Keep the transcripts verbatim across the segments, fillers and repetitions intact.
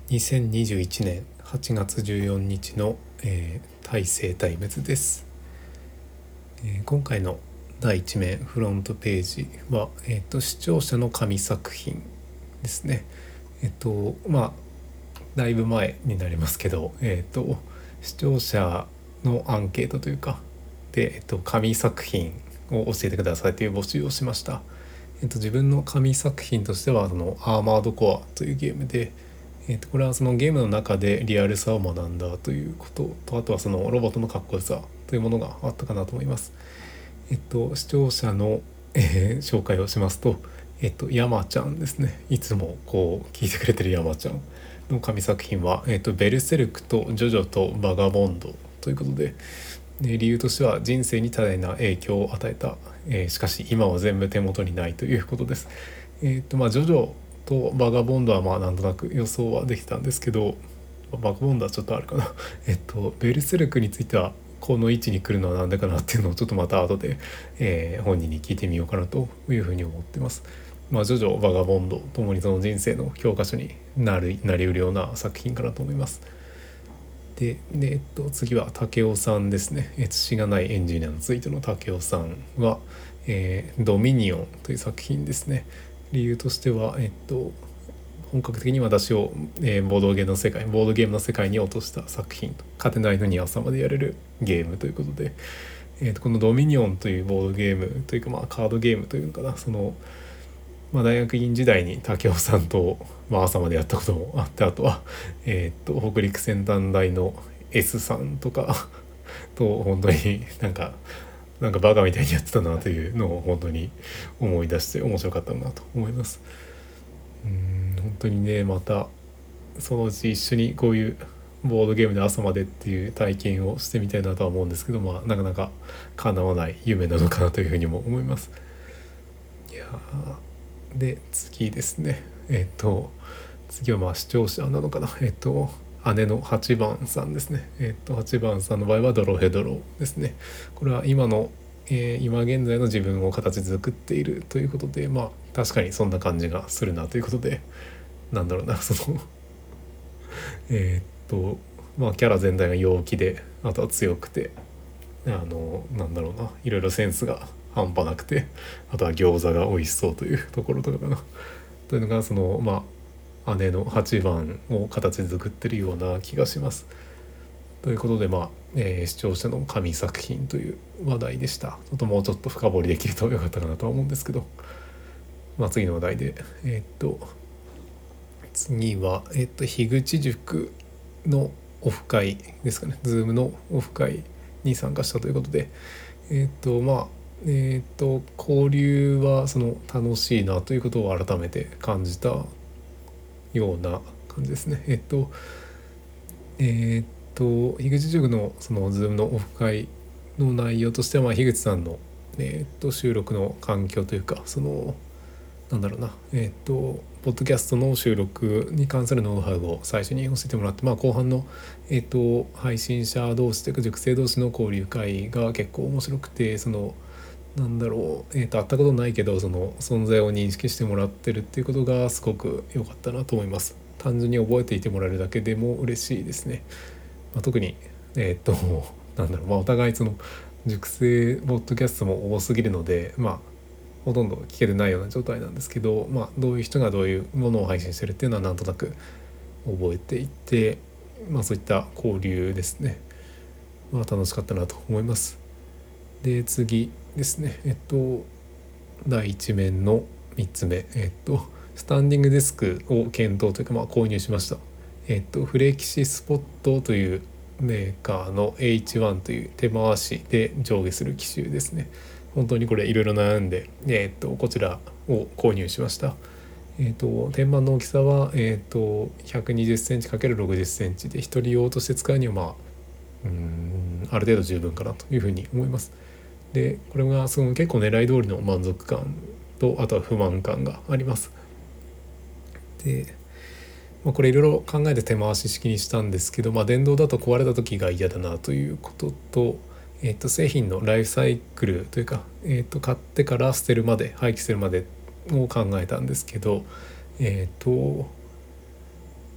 にせんにじゅういちねんはちがつじゅうよっかの、えー、大生対滅です、えー、今回のだいいち面フロントページは、えー、と視聴者の神作品ですね。えっ、とまあだいぶ前になりますけど、えっ、と視聴者のアンケートというかで、えっ、と神作品を教えてくださいという募集をしました。えっ、と自分の神作品としてはそのアーマードコアというゲームで、えー、とこれはそのゲームの中でリアルさを学んだということと、あとはそのロボットのかっこよさというものがあったかなと思います。えっと視聴者の、えー紹介をしますと、えっと山ちゃんですね。いつもこう聞いてくれてる山ちゃんの神作品は、えっとベルセルクとジョジョとバガボンドということで、で理由としては人生に多大な影響を与えた、えーしかし今は全部手元にないということです。えっとまあジョジョとバガボンドはまあなんとなく予想はできたんですけど、バガボンドはちょっとあるかな。えっとベルセルクについてはこの位置に来るのはなんでかなっていうのをちょっとまた後で、えー本人に聞いてみようかなというふうに思ってます。まあ、ジョジョバガボンドともにその人生の教科書になるなりうるような作品かなと思います。で、でえっと、次は武雄さんですね。えー土がないエンジニアについての武雄さんは、えードミニオンという作品ですね。理由としては、えっと、本格的に私を、えーボードゲームの世界ボードゲームの世界に落とした作品と、勝てないのに朝までやれるゲームということで、えーとこのドミニオンというボードゲームというか、まあカードゲームというのかな、その、まあ、大学院時代に武雄さんと、まあ、朝までやったこともあって、あとは、えー、と北陸先端大の S さんとかと本当になんかなんかバカみたいにやってたなというのを本当に思い出して面白かったなと思います。うーん本当にね、またそのうち一緒にこういうボードゲームで朝までっていう体験をしてみたいなとは思うんですけど、まあなかなか叶わない夢なのかなというふうにも思います。いやで次ですね。えっ、と次はまあ視聴者なのかな。えっ、と姉のはちばんさんですね。えっ、とはちばんさんの場合はドロヘドロですね。これは今の、えー今現在の自分を形作っているということで、まあ確かにそんな感じがするなということで、なんだろうな、そのえっとまあキャラ全体が陽気で、あとは強くて、あのなんだろうな、いろいろセンスが半端なくて、あとは餃子が美味しそうというところとかかなというのが、そのまあ姉のはちばんを形作ってるような気がします。ということで、まあえー視聴者の神作品という話題でした。ちょっともうちょっと深掘りできるとよかったかなとは思うんですけど、まあ、次の話題で、えーっと次は、えーっと樋口塾のオフ会ですかね。ズームのオフ会に参加したということで、えっとまあえっと交流はその楽しいなということを改めて感じたような感じですね。えっとえっと樋口塾のそのズームのオフ会の内容としては、まあ、樋口さんの、えっと収録の環境というか、そのなんだろうな、えっとポッドキャストの収録に関するノウハウを最初に教えてもらって、まあ、後半の、えっと配信者同士というか塾生同士の交流会が結構面白くて、そのなんだろう、えー、と会ったことないけどその存在を認識してもらってるっていうことがすごく良かったなと思います。単純に覚えていてもらえるだけでも嬉しいですね。まあ、特にえっ、となんだろう、まあ、お互いその熟成ポッドキャストも多すぎるので、まあほとんど聞けてないような状態なんですけど、まあ、どういう人がどういうものを配信してるっていうのはなんとなく覚えていて、まあ、そういった交流ですね、まあ、楽しかったなと思います。で次ですね、えっとだいいち面のみっつめ、えっとスタンディングデスクを検討というか、まあ、購入しました。えっとフレキシスポットというメーカーの エイチワン という手回しで上下する機種ですね。本当にこれいろいろ悩んで、えっとこちらを購入しました。えっと天板の大きさは、えっとひゃくにじゅっセンチ ×ろくじゅっセンチで、一人用として使うにはまあうーんある程度十分かなというふうに思います。でこれがその結構狙い通りの満足感と、あとは不満感があります。で、まあ、これいろいろ考えて手回し式にしたんですけど、まあ、電動だと壊れた時が嫌だなということと、えー、と製品のライフサイクルというか、えー、と買ってから捨てるまで廃棄するまでを考えたんですけど、えっ、と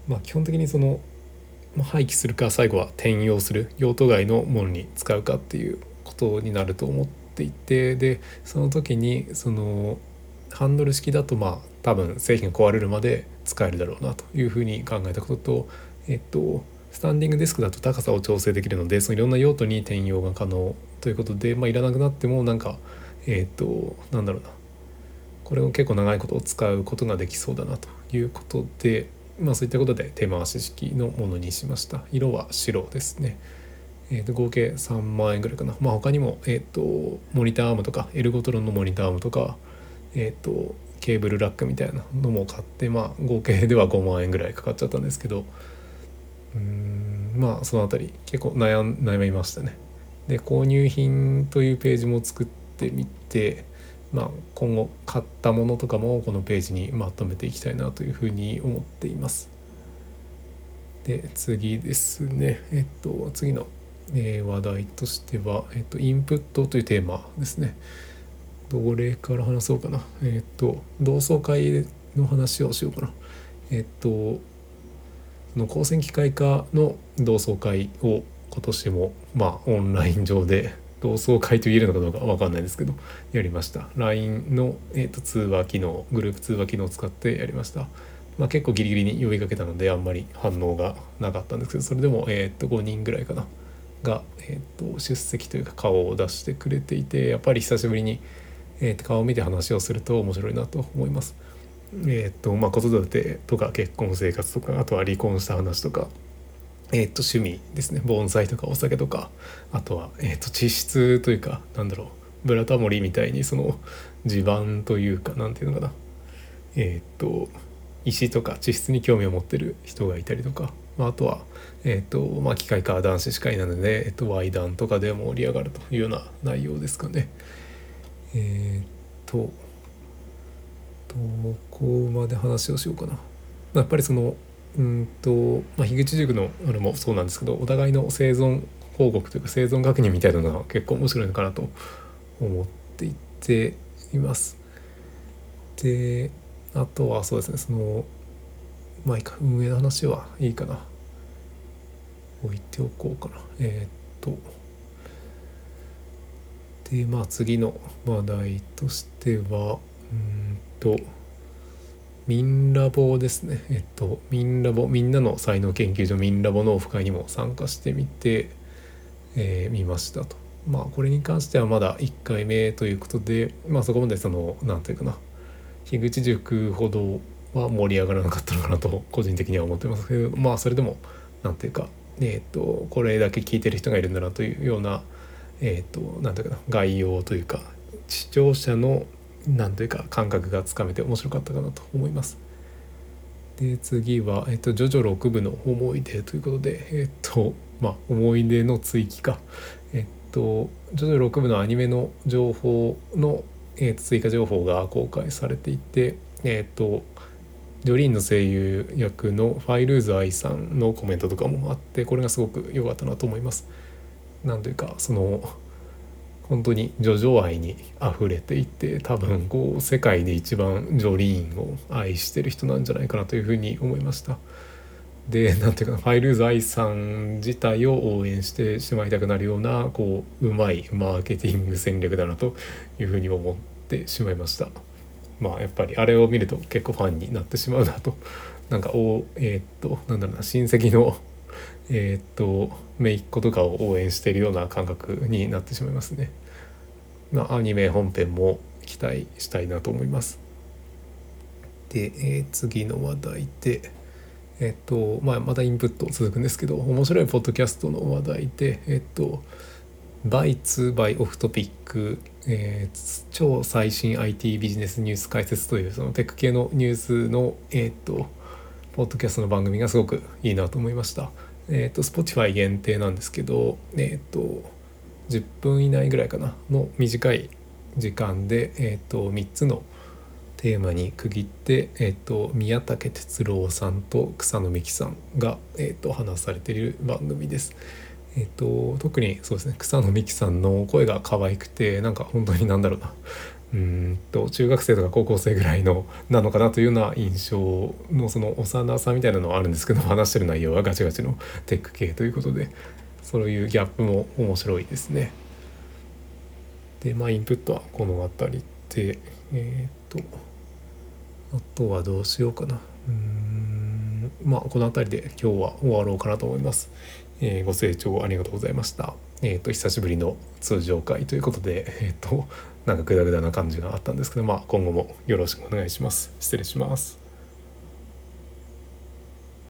まあ基本的にその、まあ、廃棄するか最後は転用する用途外のものに使うかっていうことになると思っていて、でその時にそのハンドル式だとまあ多分製品が壊れるまで使えるだろうなというふうに考えたことと、えっとスタンディングデスクだと高さを調整できるので、そのいろんな用途に転用が可能ということで、まあ、いらなくなってもなんかえっとなんだろうな、これを結構長いことを使うことができそうだなということで、まあそういったことで手回し式のものにしました。色は白ですね。えー、と合計さんまん円ぐらいかな。まあ他にも、えー、とモニターアームとかエルゴトロンのモニターアームとか、えー、とケーブルラックみたいなのも買って、まあ合計ではごまん円ぐらいかかっちゃったんですけど、うーんまあそのあたり結構悩ん悩みましたね。で購入品というページも作ってみて、まあ、今後買ったものとかもこのページにまとめていきたいなというふうに思っています。で次ですね、えっと次の、えー話題としては、えっと、インプットというテーマですね。どれから話そうかな。えっと同窓会の話をしようかな。えっとその高専機械科の同窓会を今年もまあオンライン上で、同窓会と言えるのかどうか分かんないですけどやりました。 ライン の、えー、と通話機能、グループ通話機能を使ってやりました。まあ、結構ギリギリに呼びかけたのであんまり反応がなかったんですけど、それでも、えー、とごにんぐらいかなが、えー、と出席というか顔を出してくれていて、やっぱり久しぶりに、えー、と顔を見て話をすると面白いなと思います。えっ、とまあ子育てとか結婚生活とか、あとは離婚した話とか、えっ、と趣味ですね、盆栽とかお酒とか、あとは、えっ、と地質というか、なんだろう、ブラタモリみたいにその地盤というか、なんていうのかな、えっ、と石とか地質に興味を持ってる人がいたりとか、まあ、あとは、えっ、とまあ機械科男子司会なので、えっ、とワイダンとかで盛り上がるというような内容ですかね。えっ、とどこまで話をしようかな。やっぱりそのうんと、まあ、樋口塾のあれもそうなんですけど、お互いの生存報告というか生存確認みたいなのが結構面白いのかなと思っていています。であとはそうですね、そのまあいいか、運営の話はいいかな、置いておこうかな。えー、っとでまあ次の話題としてはうんとミンラボですね。えっとミンラボ、みんなの才能研究所ミンラボのオフ会にも参加してみて、えー見ましたと。まあこれに関してはまだいっかいめということで、まあそこまでそのなんていうかな、樋口塾ほどは盛り上がらなかったのかなと個人的には思ってますけど、まあそれでもなんていうか、えっとこれだけ聞いてる人がいるんだなというような、えっとなんていうかな、概要というか視聴者のなんというか感覚がつかめて面白かったかなと思います。で次は、えっと、ジョジョろく部の思い出ということで、えっとまあ思い出の追記か、えっとジョジョろく部のアニメの情報の、えっと、追加情報が公開されていて、えっとジョリーンの声優役のファイルーズ愛さんのコメントとかもあって、これがすごく良かったなと思います。なんというかその本当にジョジョ愛に溢れていて、多分こう世界で一番ジョリーンを愛してる人なんじゃないかなというふうに思いました。でなんていうか、ファイルーズ愛さん自体を応援してしまいたくなるようなこううまいマーケティング戦略だなというふうに思ってしまいました。まあやっぱりあれを見ると結構ファンになってしまうなと。なんかおえー、っとなんだろうな、親戚のえー、っと姪っ子とかを応援しているような感覚になってしまいますね。まあ、アニメ本編も期待したいなと思います。で、えー次の話題で、えっとまあ、またインプット続くんですけど、面白いポッドキャストの話題で、えっとバイツバイオフトピック、えー超最新 アイティー ビジネスニュース解説というそのテック系のニュースの、えっとポッドキャストの番組がすごくいいなと思いました。えっと Spotify 限定なんですけど、えっとじゅっぷん以内ぐらいかなの短い時間で、えっとみっつのテーマに区切って、えっと宮武哲郎さんと草野美樹さんが、えっと話されている番組です。えっと特にそうですね、草野美樹さんの声が可愛くて、なんか本当になんだろうな、 うーんと中学生とか高校生ぐらいのなのかなというような印象のその幼さみたいなのはあるんですけど、話してる内容はガチガチのテック系ということで、そういうギャップも面白いですね。でまあインプットはこの辺りで、えっ、とあとはどうしようかな。うーんまあこの辺りで今日は終わろうかなと思います。えーご清聴ありがとうございました。えっ、と久しぶりの通常会ということで、えっ、となんかグダグダな感じがあったんですけど、まあ今後もよろしくお願いします。失礼します。